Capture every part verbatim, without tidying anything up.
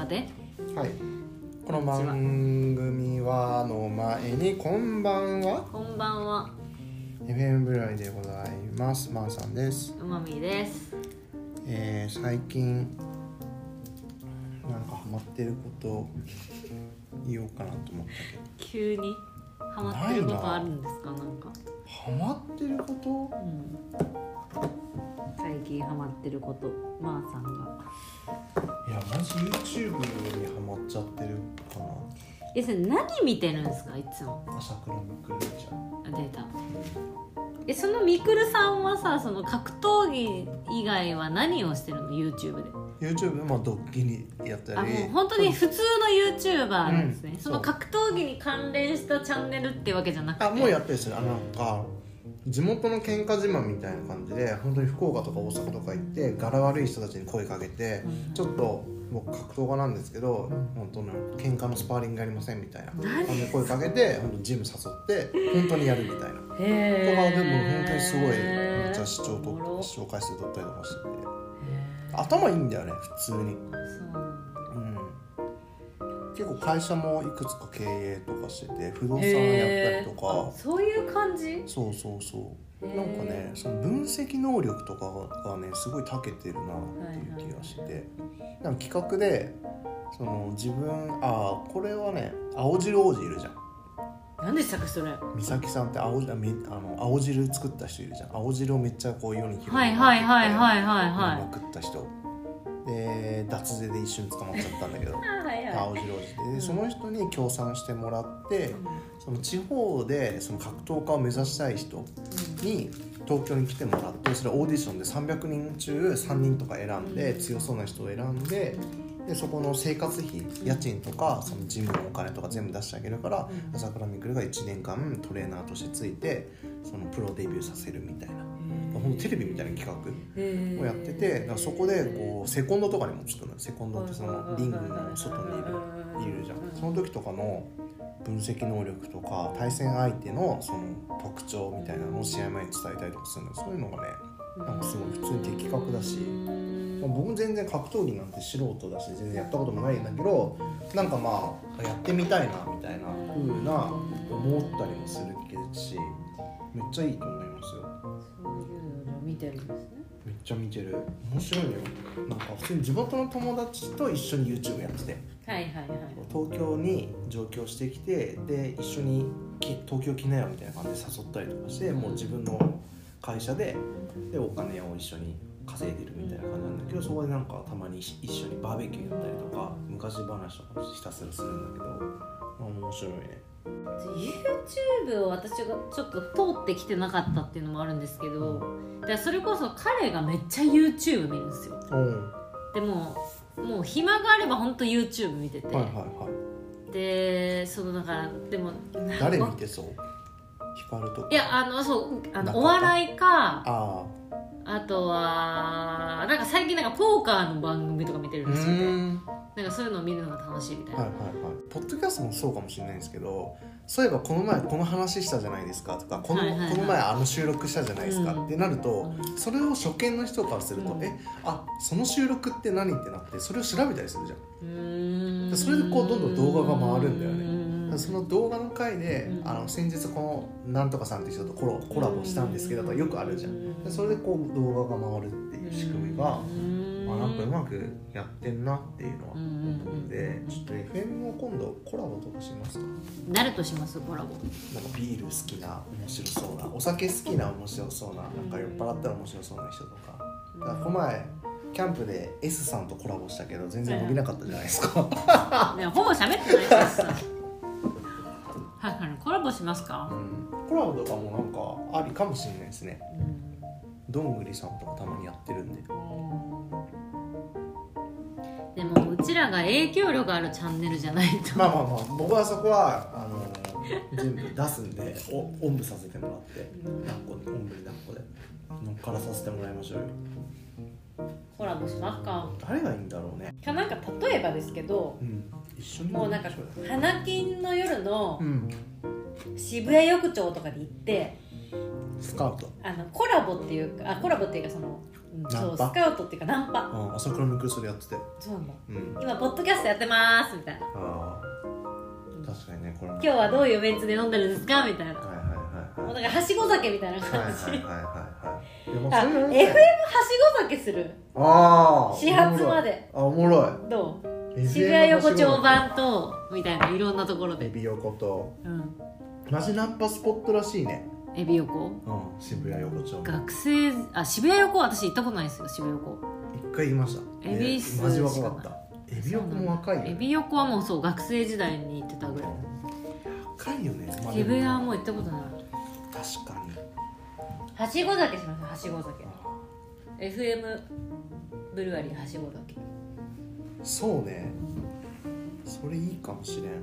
で。 はい。この番組はの前にこんばんは。 こんばんは。 エフエム ブライでございます。まーさんです。 うまみです。 えー、最近なんかハマってること言おうかなと思ったけど。 急にハマってることあるんですか？なんか。 ハマってること？ うん。最近ハマってること、まーさんが。 いやマジ YouTube にハマっちゃってるかな。 え、それ何見てるんですかいつも？ 朝倉未来ちゃん。 あ、出た。え、そのみくるさんはさ、その格闘技以外は何をしてるの YouTube で？ YouTube まあドッキリやったり。 あ、もう本当に普通の YouTuber なんですね、 うん、 その格闘技に関連したチャンネルってわけじゃなくて。 あ、もうやってるんですよ。あのなんか地元の喧嘩自慢みたいな感じで本当に福岡とか大阪とか行って柄悪い人たちに声かけて、うん、ちょっと僕格闘家なんですけど、うん、本当の喧嘩のスパーリングありませんみたいな感じで声かけて本当ジム誘って本当にやるみたいな。へー。とかでも本当にすごいめっちゃ視聴と視聴回数取ったりとかしてて頭いいんだよね普通に。そう、うん、結構会社もいくつか経営とかしてて不動産やったりとか。 そういう感じ？ そうそうそう。なんかねその分析能力とかがねすごい長けてるなっていう気がして、はいはいはい、なんか企画でその自分あこれはね青汁王子いるじゃん。 何でしたっけそれ？ 美咲さんって 青, あの青汁作った人いるじゃん。青汁をめっちゃこう世に広めてはいはいはいはいはいはいまくった人で脱税で一瞬捕まっちゃったんだけどはい、はい、青白王子で、でその人に協賛してもらって、うん、その地方でその格闘家を目指したい人に東京に来てもらって、それオーディションでさんびゃくにん中さんにんとか選んで、うん、強そうな人を選んで、でそこの生活費、家賃とかそのジムのお金とか全部出してあげるから、うん、朝倉未来がいちねんかんトレーナーとしてついてそのプロデビューさせるみたいな、ほんとテレビみたいな企画をやってて、だからそこでこうセコンドとかにもつくの。セコンドってそのリングの外にいるいるじゃん。その時とかの分析能力とか対戦相手のその特徴みたいなのを試合前に伝えたりとかするの。そういうのがねなんかすごい普通に的確だし、僕全然格闘技なんて素人だし全然やったこともないんだけど、なんかまあやってみたいなみたいな風な思ったりもするし、めっちゃいいと思いますよ。 そういうのを見てるんですね。 めっちゃ見てる。面白いよ。なんか普通に地元の友達と一緒に YouTube やってて、 はいはいはい、 東京に上京してきて、で一緒に東京来なよみたいな感じで誘ったりとかして、もう自分の会社ででお金を一緒に稼いでるみたいな感じなんだけど、そこでなんかたまに一緒にバーベキューやったりとか昔話とかひたすらするんだけど、面白いね。 YouTube を私がちょっと通ってきてなかったっていうのもあるんですけど、だからそれこそ彼がめっちゃ YouTube 見るんですよ、うん、でももう暇があれば本当 YouTube 見てて、はいはいはい、でそのだからでも誰見てそう？光るとか？ いやあのそうあのお笑いか、ああとはなんか最近なんかポーカーの番組とか見てるんですよね。なんかそういうのを見るのが楽しいみたいな、はいはいはい、 ポッドキャストもそうかもしれないんですけど、そういえばこの前この話したじゃないですかとか、この、はいはいはい、この前あの収録したじゃないですか、うん、ってなると、うん、それを初見の人からすると、うん、えあその収録って何ってなってそれを調べたりするじゃん。うーん、それでこうどんどん動画が回るんだよね。その動画の回で、うん、あの先日このなんとかさんって人とコラ、コラボしたんですけどとかよくあるじゃん。でそれでこう動画が回るっていう仕組みが、まあ、なんかうまくやってんなっていうのは思うんで、ちょっと エフエム を今度コラボとかしますか？ 誰としますコラボ？ なんかビール好きな面白そうな、お酒好きな面白そうな、なんか酔っ払ったら面白そうな人とか。だからこの前キャンプで S さんとコラボしたけど全然伸びなかったじゃないですか。 いやほぼ喋ってないですさ。はいはい、コラボしますか？ うん、コラボとかもなんかありかもしれないですね。うん、どんぐりさんとかたまにやってるんで。 でもうちらが影響力あるチャンネルじゃないと。 まあまあまあ僕はそこはあの全部出すんでおおんぶさせてもらって、うん、抱っこにおんぶに抱っこで乗っからさせてもらいましょうよ。 コラボしますか？ 誰がいいんだろうね。 かなんか例えばですけど、うん、一緒にもうなんか花金の夜の渋谷浴場とかで行って、 スカウトあのコラボっていうかあコラボっていうかそのうん、そうスカウトっていうかナンパ、 うん、朝倉未来それやってて、 そうなんだ、 うん、 今ポッドキャストやってますみたいな、 あ確かにねこれ今日はどういうメンツで飲んでるんですかみたいな、はいはいはいはい、 もうなんかはしご酒みたいな感じ、はいはいはいはいはい、 あ エフエム はしご酒する、 ああ始発まで、 あおもろい、 どう渋谷横丁版とみたいないろんなところでエビ横と、 うん、 マジナンパスポットらしいね、 エビ横、 うん、渋谷横丁、 学生、あ渋谷横私行ったことないですよ、渋谷横一回行きました、 エビスマジ若かった、エビ横も若いよ、ね、 エビ横はもうそう学生時代に行ってたぐらい、 若いよね、 まあ、渋谷はもう行ったことない、 確かにはしご酒します、はしご酒 エフエム ブルワリーはしご酒、 そうね、それいいかもしれん、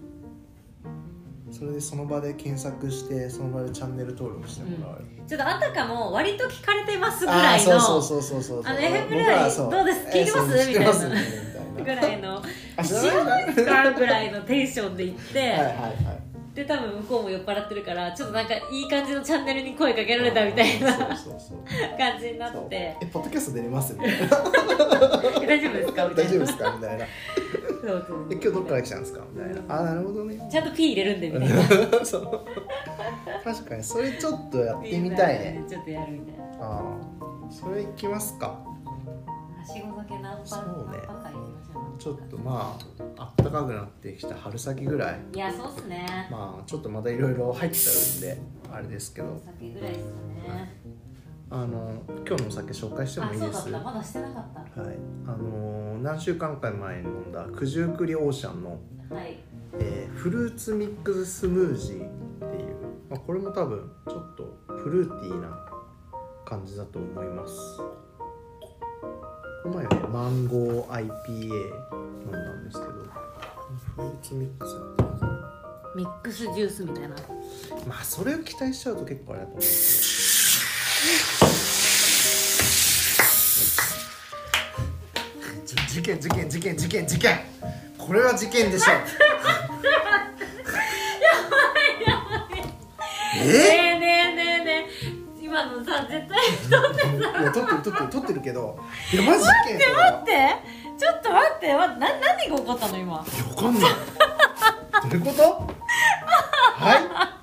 それでその場で検索してその場でチャンネル登録してもらう、 うん、ちょっとあたかも割と聞かれてますぐらいの、 あそうそうそうそうそう、 あの エフエム ブルワリーどうです聞いてます、えー、みたいな、ね、ぐらいの知らないですかぐらいのテンションで行ってはいはい、はい、で多分向こうも酔っ払ってるからちょっとなんかいい感じのチャンネルに声かけられたみたいな感じになって、 えポッドキャスト出れますみたいな大丈夫ですかみたいな、 大丈夫ですかみたいなそうそうえ今日どっから来たんですかみたいな、うん、あなるほどね、 ちゃんと P 入れるんでみたいなそう確かにそれちょっとやってみたいね、 ちょっとやるみたいな、 あそれいきますか、 はしご酒ナンパ、そうね、 ちょっとまああったかくなってきた春先ぐらい、 いやそうっすね、 まあちょっとまたいろいろ入っちゃうんであれですけど、 お酒ぐらいですかね、 あの今日のお酒紹介してもいいです？ あ、そうだった、まだしてなかった。 はい、あのー、何週間か前に飲んだ九十九里オーシャンの、 はいえー、フルーツミックススムージーっていう、まあ、これも多分ちょっとフルーティーな感じだと思います。この前ねマンゴー アイピーエー 飲んだんですけど、フルーツミックスミックスジュースみたいな、 まあそれを期待しちゃうと結構あれだと思うんですけど事件事件事件事件事件、これは事件でしょえー、ねえねえねえ今のさ絶対撮ってた、 いや撮ってる撮ってる撮ってるけど、いやマジ事件、 待って待ってちょっと待って、な何が起こったの今、いやわかんないどういうことはい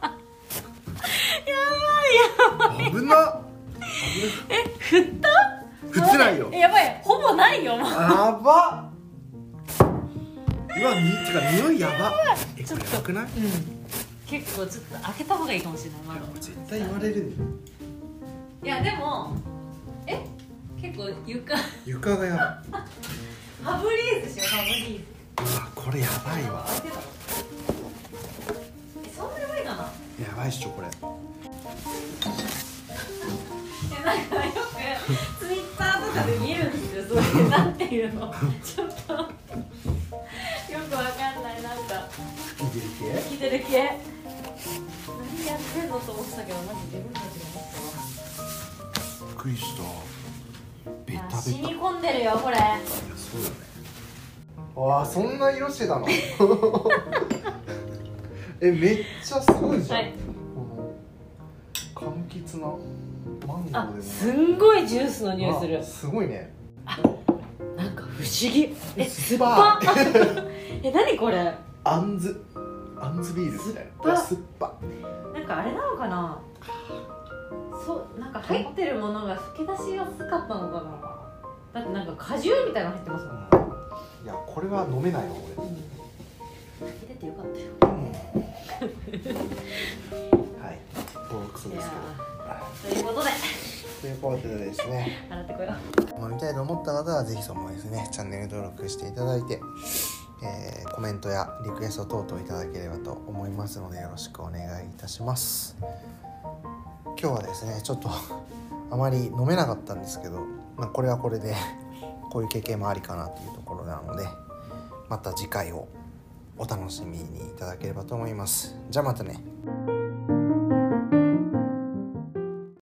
やばいやばい、 危なえ振った振ってないよ、 やばいほぼないよもう、 やばうわにてか匂いやば、えこれやばくない、うん、 結構ちょっと開けた方がいいかもしれない、まだ絶対言われる。 いやでもえ結構床床がやばいファブリーズしよう、ファブリーズ、 うわこれやばいわ、 えそんなやばいかな、 やばいっしょこれえなんかよくツイッターとかで見るんですよ、そういうなんていうのちょっとよくわかんない、なんか吹き出る系吹き出る系何やってんのと思ってたけど、マジ自分たちが思ったわ、 びっくりした、ベタベタ染み込んでるよこれ、いやそうだね、わあそんな色してたのえめっちゃすごいじゃん、はい、この柑橘なマンゴーでもない、 すんごいジュースの匂いする、 すごいね、 あなんか不思議、え酸っぱえ何これ、 あんずあんずビールみたいな、酸っぱ、 なんかあれなのかな、そうなんか入ってるものが吹き出しやすかったのかな、だってなんか果汁みたいなの入ってますもん、 うん、いやこれは飲めないわ俺、うん、 入れてよかったよ、うん、 はいボロクソですけど、ということでということでですね洗ってこよう、飲みたいと思った方はぜひともですねチャンネル登録していただいて、えー、コメントやリクエスト等々いただければと思いますのでよろしくお願いいたします。今日はですねちょっとあまり飲めなかったんですけど、まあ、これはこれでこういう経験もありかなというところなので、また次回をお楽しみにいただければと思います。じゃあまたね。